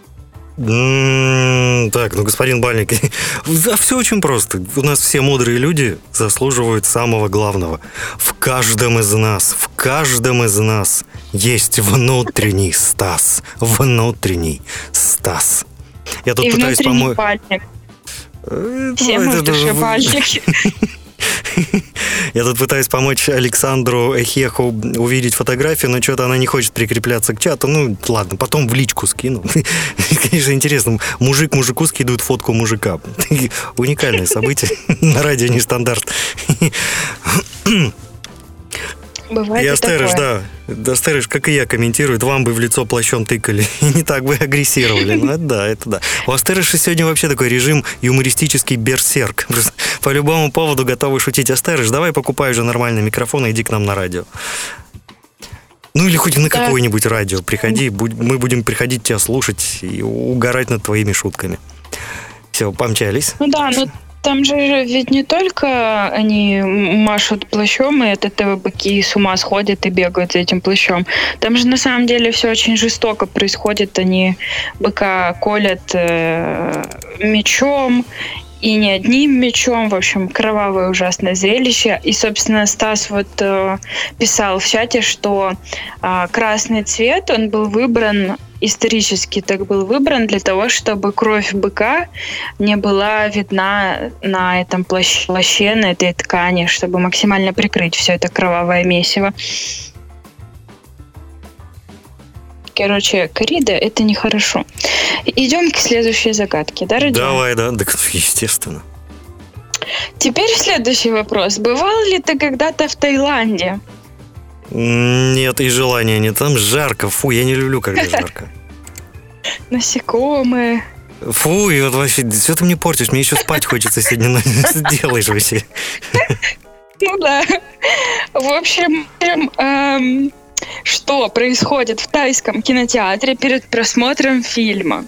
Так, ну, господин Бальник, все очень просто. У нас все мудрые люди заслуживают самого главного. В каждом из нас есть внутренний Стас. Внутренний Стас. Я тут и пытаюсь помочь. Все мы в душе бальники. Я тут пытаюсь помочь Александру Эхеху увидеть фотографию, но что-то она не хочет прикрепляться к чату. Ну, ладно, потом в личку скину. Конечно, интересно. Мужик мужику скидывает фотку мужика. Уникальное событие на радио Нестандарт. Бывает и Астерыш, такое. да. Астерыш, как и я, комментирует, вам бы в лицо плащом тыкали. И не так бы агрессировали. Ну, это да. У Астерыша сегодня вообще такой режим юмористический берсерк. Просто по любому поводу готовы шутить. Астерыш, давай покупай уже нормальный микрофон и иди к нам на радио. Ну, или хоть на какое-нибудь радио приходи. Мы будем приходить тебя слушать и угорать над твоими шутками. Все, помчались. Ну да, Там же ведь не только они машут плащом, и от этого быки с ума сходят и бегают за этим плащом. Там же на самом деле все очень жестоко происходит. Они быка колят мечом, и не одним мечом. В общем, кровавое ужасное зрелище. И, собственно, Стас писал в чате, что красный цвет, он был выбран исторически, так был выбран для того, чтобы кровь быка не была видна на этом плаще, на этой ткани, чтобы максимально прикрыть все это кровавое месиво. Короче, коррида — это нехорошо. Идем к следующей загадке, да, Родион? Давай, да, естественно. Теперь следующий вопрос. Бывал ли ты когда-то в Таиланде? Нет, и желания нет. Там жарко. Фу, я не люблю, когда жарко. Насекомые. Фу, и вот вообще, все ты мне портишь. Мне еще спать хочется сегодня. Сделаешь вообще. Ну да. В общем, что происходит в тайском кинотеатре перед просмотром фильма?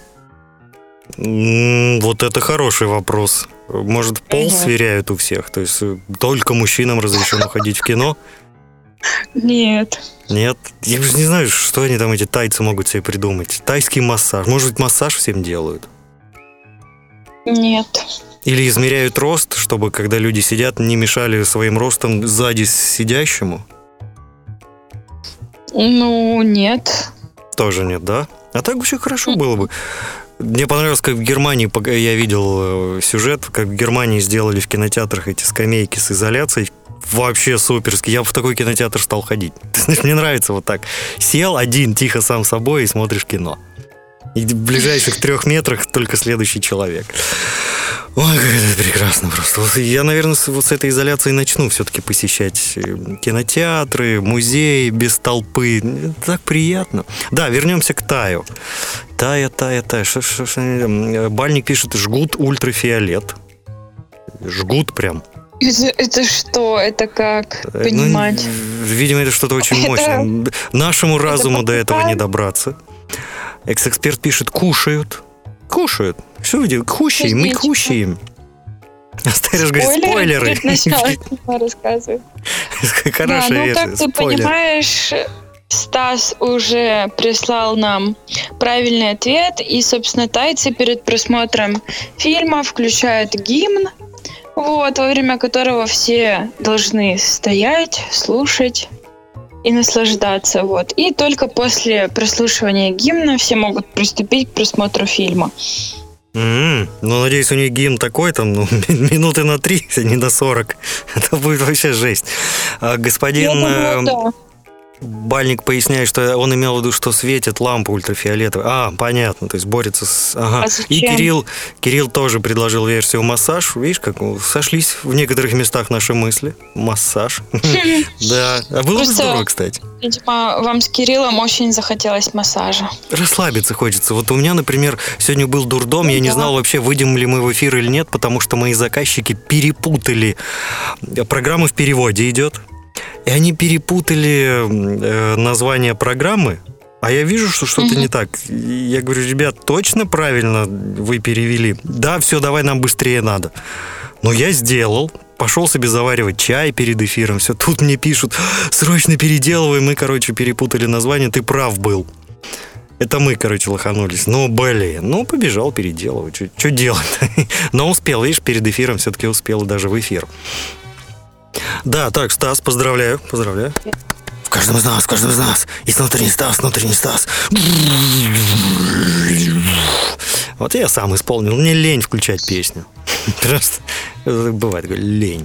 Вот это хороший вопрос. Может, пол сверяют у всех? То есть только мужчинам разрешено ходить в кино? Нет. Нет? Я уже не знаю, что они там, эти тайцы, могут себе придумать. Тайский массаж. Может быть, массаж всем делают? Нет. Или измеряют рост, чтобы, когда люди сидят, не мешали своим ростом сзади сидящему? Ну, нет. Тоже нет, да? А так вообще хорошо было бы. Мне понравилось, как в Германии, я видел сюжет, как в Германии сделали в кинотеатрах эти скамейки с изоляцией. Вообще суперски. Я бы в такой кинотеатр стал ходить. Ты знаешь, мне нравится вот так. Сел один, тихо сам собой и смотришь кино. И в ближайших 3 метрах только следующий человек. Ой, как это прекрасно просто. Вот я, наверное, вот с этой изоляцией начну все-таки посещать кинотеатры, музеи без толпы. Так приятно. Да, вернемся к Таю. Тая. Бальник пишет: жгут ультрафиолет. Жгут прям. Это что? Это как понимать? Ну, видимо, это что-то очень мощное. Нашему разуму до этого не добраться. Экс-эксперт пишет: кушают. Кушают. Что вы делаете? Кушаем, мы кушаем. А Стариш говорит: спойлеры. Рассказывай. Хорошая версия. Ну, как ты понимаешь, Стас уже прислал нам правильный ответ. И, собственно, тайцы перед просмотром фильма включают гимн, во время которого все должны стоять, слушать и наслаждаться. И только после прослушивания гимна все могут приступить к просмотру фильма. Ну, надеюсь, у них гимн такой, там, минуты на 3, а не на 40. Это будет вообще жесть. Господин Бальник поясняет, что он имел в виду, что светит лампа ультрафиолетовая. Понятно, то есть борется с... Ага. И Кирилл тоже предложил версию массаж. Видишь, как сошлись в некоторых местах наши мысли. Массаж. Да. А было бы здорово, кстати. Видимо, вам с Кириллом очень захотелось массажа. Расслабиться хочется. Вот у меня, например, сегодня был дурдом. Я не знал вообще, выйдем ли мы в эфир или нет, потому что мои заказчики перепутали. Программа в переводе идет. И они перепутали название программы, а я вижу, что что-то не так. Я говорю: ребят, точно правильно вы перевели? Да, все, давай, нам быстрее надо. Но я сделал, пошел себе заваривать чай перед эфиром, все. Тут мне пишут: срочно переделывай, мы, перепутали название, ты прав был. Это мы, лоханулись. Побежал переделывать. Что делать? Но успел, видишь, перед эфиром все-таки успел даже в эфир. Да, так, Стас, поздравляю. В каждом из нас есть внутренний Стас. Вот я сам исполнил. Мне лень включать песню. Просто бывает, лень.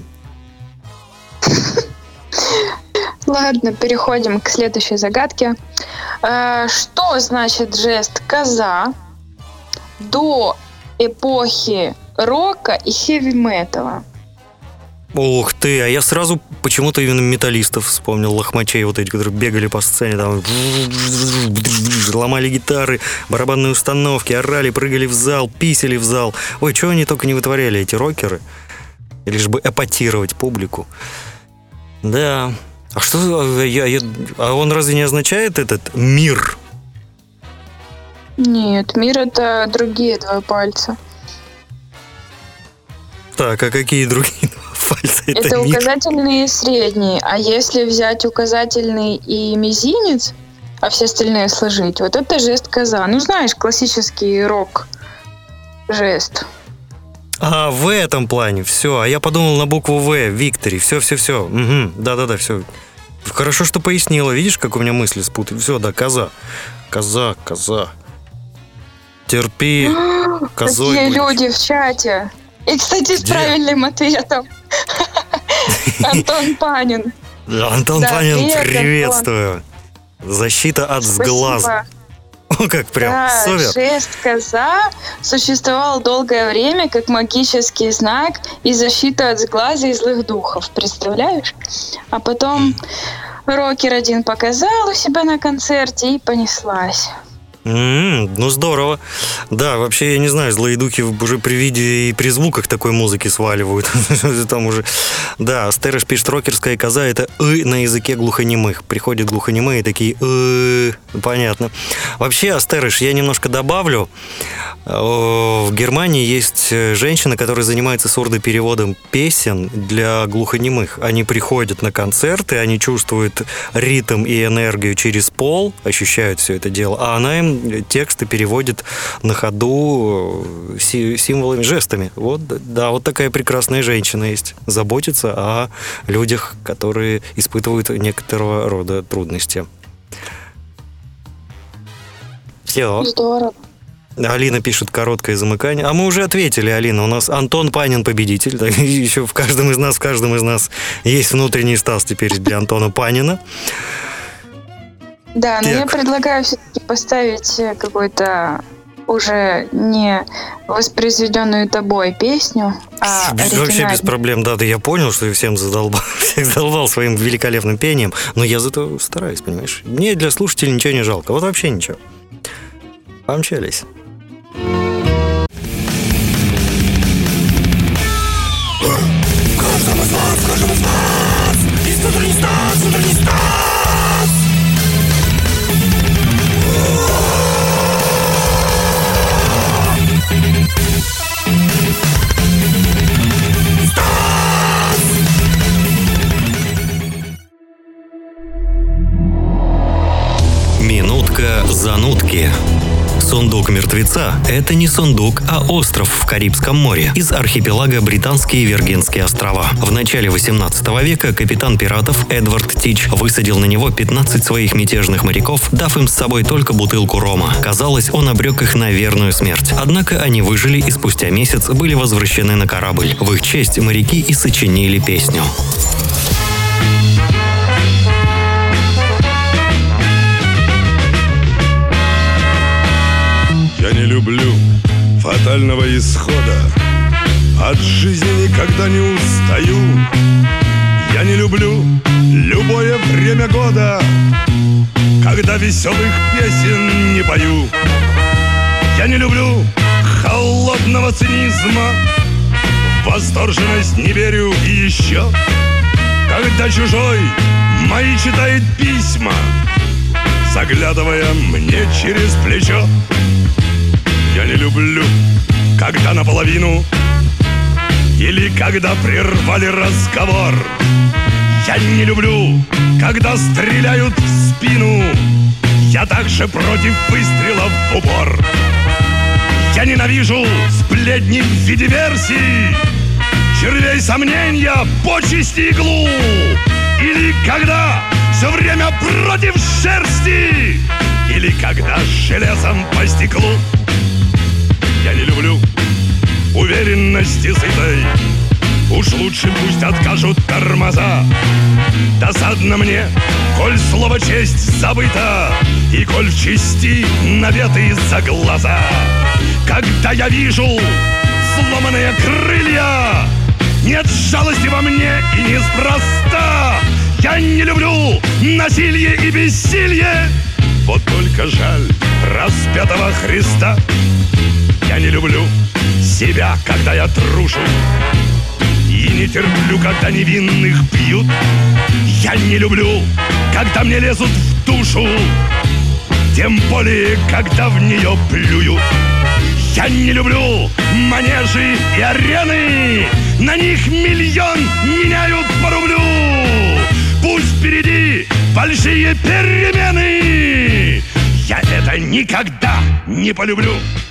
Ладно, переходим к следующей загадке. Что значит жест коза до эпохи рока и хэви-металла? Ух ты, а я сразу почему-то именно металлистов вспомнил, лохмачей вот эти, которые бегали по сцене, там ломали гитары, барабанные установки, орали, прыгали в зал, писали в зал. Ой, чего они только не вытворяли, эти рокеры, лишь бы эпатировать публику. Да. А что, а он разве не означает этот мир? Нет, мир — это другие 2 пальца. Так, а какие другие пальцы? Это указательный и средний. А если взять указательный и мизинец, а все остальные сложить, вот это жест коза. Ну, знаешь, классический рок-жест. А, в этом плане, все. А я подумал на букву В, Виктори. Все. Угу. Да, все. Хорошо, что пояснила. Видишь, как у меня мысли спутали? Все, да, коза. Коза. Терпи, козой. Какие люди в чате. И, кстати, с правильным ответом. Антон Панин. Антон Панин, приветствую. Защита от сглаза. О, как прям, супер. Жест коза существовал долгое время как магический знак и защита от сглаза и злых духов. Представляешь? А потом рокер один показал у себя на концерте и понеслась. Ну, здорово. Да, вообще, я не знаю, злые духи уже при виде и при звуках такой музыки сваливают. Там уже... Да, Стереш пишет, рокерская коза — это на языке глухонемых. Приходят глухонемые такие понятно. Вообще, Астереш, я немножко добавлю. В Германии есть женщина, которая занимается сурдопереводом песен для глухонемых. Они приходят на концерты, они чувствуют ритм и энергию через пол, ощущают все это дело, а она им тексты переводит на ходу символами, жестами. Вот, да, вот такая прекрасная женщина есть. Заботится о людях, которые испытывают некоторого рода трудности. Все. Здорово. Алина пишет короткое замыкание. А мы уже ответили, Алина. У нас Антон Панин победитель. Так, еще в каждом из нас есть внутренний Стас теперь для Антона Панина. Да, но я предлагаю все-таки поставить какую-то уже не воспроизведенную тобой песню, а вообще без проблем, да, я понял, что я всех задолбал своим великолепным пением, но я зато стараюсь, понимаешь? Мне для слушателей ничего не жалко, вот вообще ничего. Помчались. В каждом из вас, есть внутренний Стас, Минутка занудки. Сундук мертвеца – это не сундук, а остров в Карибском море из архипелага Британские Виргинские острова. В начале 18 века капитан пиратов Эдвард Тич высадил на него 15 своих мятежных моряков, дав им с собой только бутылку рома. Казалось, он обрек их на верную смерть. Однако они выжили и спустя месяц были возвращены на корабль. В их честь моряки и сочинили песню. Я не люблю фатального исхода, от жизни никогда не устаю. Я не люблю любое время года, когда веселых песен не пою. Я не люблю холодного цинизма, в восторженность не верю. И еще, когда чужой мои читает письма, заглядывая мне через плечо. Я не люблю, когда наполовину или когда прервали разговор. Я не люблю, когда стреляют в спину. Я также против выстрелов в упор. Я ненавижу сплетни в виде версий, червей сомнения, почести иглу. Или когда все время против шерсти, или когда с железом по стеклу. Я не люблю уверенности сытой, уж лучше пусть откажут тормоза. Досадно мне, коль слово честь забыто, и коль в чести наветы за глаза. Когда я вижу сломанные крылья, нет жалости во мне и неспроста. Я не люблю насилие и бессилие, вот только жаль распятого Христа. Я не люблю себя, когда я трушу, и не терплю, когда невинных бьют. Я не люблю, когда мне лезут в душу, тем более, когда в нее плюют. Я не люблю манежи и арены, на них миллион меняют по рублю. Пусть впереди большие перемены, я это никогда не полюблю.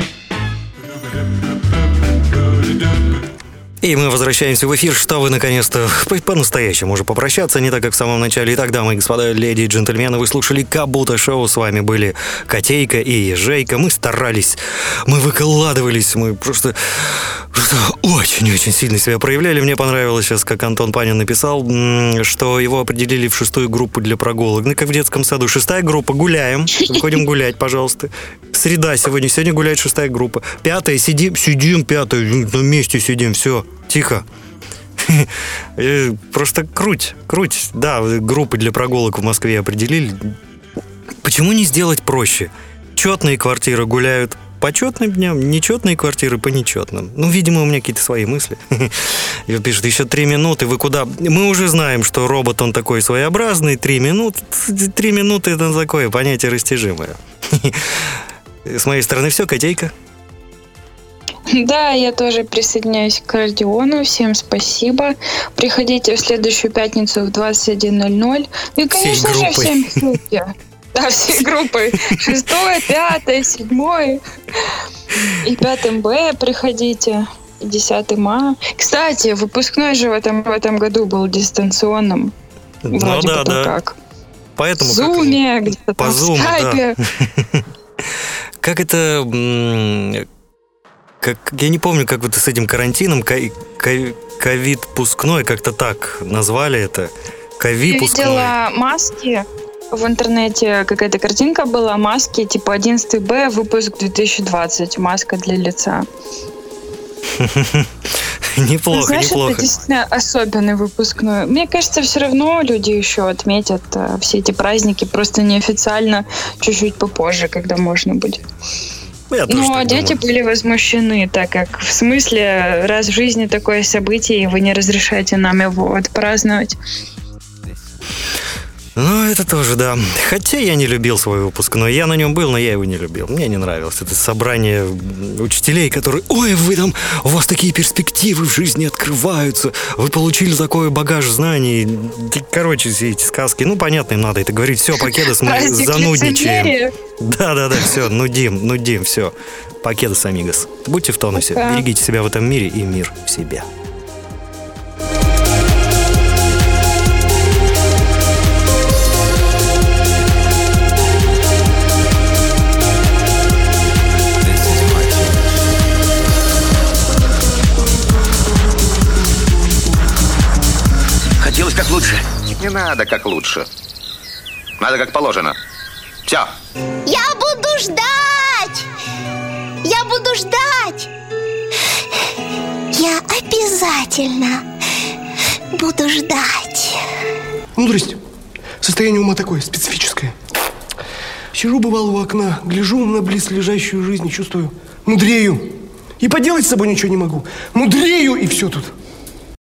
И мы возвращаемся в эфир, что вы наконец-то по-настоящему уже попрощаться, не так, как в самом начале. Итак, дамы и господа, леди и джентльмены, вы слушали Как-будто шоу. С вами были Котейка и Ежейка. Мы старались, мы выкладывались, мы просто очень-очень сильно себя проявляли. Мне понравилось сейчас, как Антон Панин написал, что его определили в 6-ю группу для прогулок. Ну, как в детском саду. 6-я группа, гуляем. Выходим гулять, пожалуйста. Среда сегодня. Сегодня гуляет 6-я группа. 5-я, сидим, 5-я, на месте сидим, все. Тихо. Просто круть. Да, группы для прогулок в Москве определили. Почему не сделать проще? Четные квартиры гуляют по четным дням, нечетные квартиры по нечетным. Ну, видимо, у меня какие-то свои мысли. И пишет, еще 3 минуты, вы куда? Мы уже знаем, что робот, он такой своеобразный. 3 минуты это такое понятие растяжимое. С моей стороны все, Котейка. Да, я тоже присоединяюсь к Родиону. Всем спасибо. Приходите в следующую пятницу в 21:00. И, конечно же, всем ссылки. Да, все группы. 6, 5, 7 и 5 Б приходите. 10 ма. Кстати, выпускной же в этом году был дистанционным. Вроде бы как. Поэтому в Зуме, где-то по там Зуму, в Скайпе. Да. Как это... я не помню, как вот с этим карантином, ковид-пускной, как-то так назвали это. Ковид-пускной. Я видела маски в интернете, какая-то картинка была, маски типа 11 Б, выпуск 2020, маска для лица. Неплохо, знаешь, неплохо. Это действительно особенный выпускной. Мне кажется, все равно люди еще отметят все эти праздники, просто неофициально, чуть-чуть попозже, когда можно будет. Но дети были возмущены, так как в смысле, раз в жизни такое событие, и вы не разрешаете нам его отпраздновать. Ну, это тоже, да. Хотя я не любил свой выпускной. Я на нем был, но я его не любил. Мне не нравилось. Это собрание учителей, которые... Ой, у вас такие перспективы в жизни открываются. Вы получили такой багаж знаний. Короче, все эти сказки. Ну, понятно, им надо это говорить. Все, Покедос, мы занудничаем. Да, все, нудим, все. Покедос, амигос. Будьте в тонусе. Берегите себя в этом мире и мир в себе. Хотелось как лучше. Не надо как лучше. Надо как положено. Все. Я буду ждать! Я буду ждать! Я обязательно буду ждать. Мудрость. Состояние ума такое, специфическое. Сижу, бывало, у окна, гляжу на близлежащую жизнь и чувствую, мудрею. И поделать с собой ничего не могу. Мудрею, и все тут.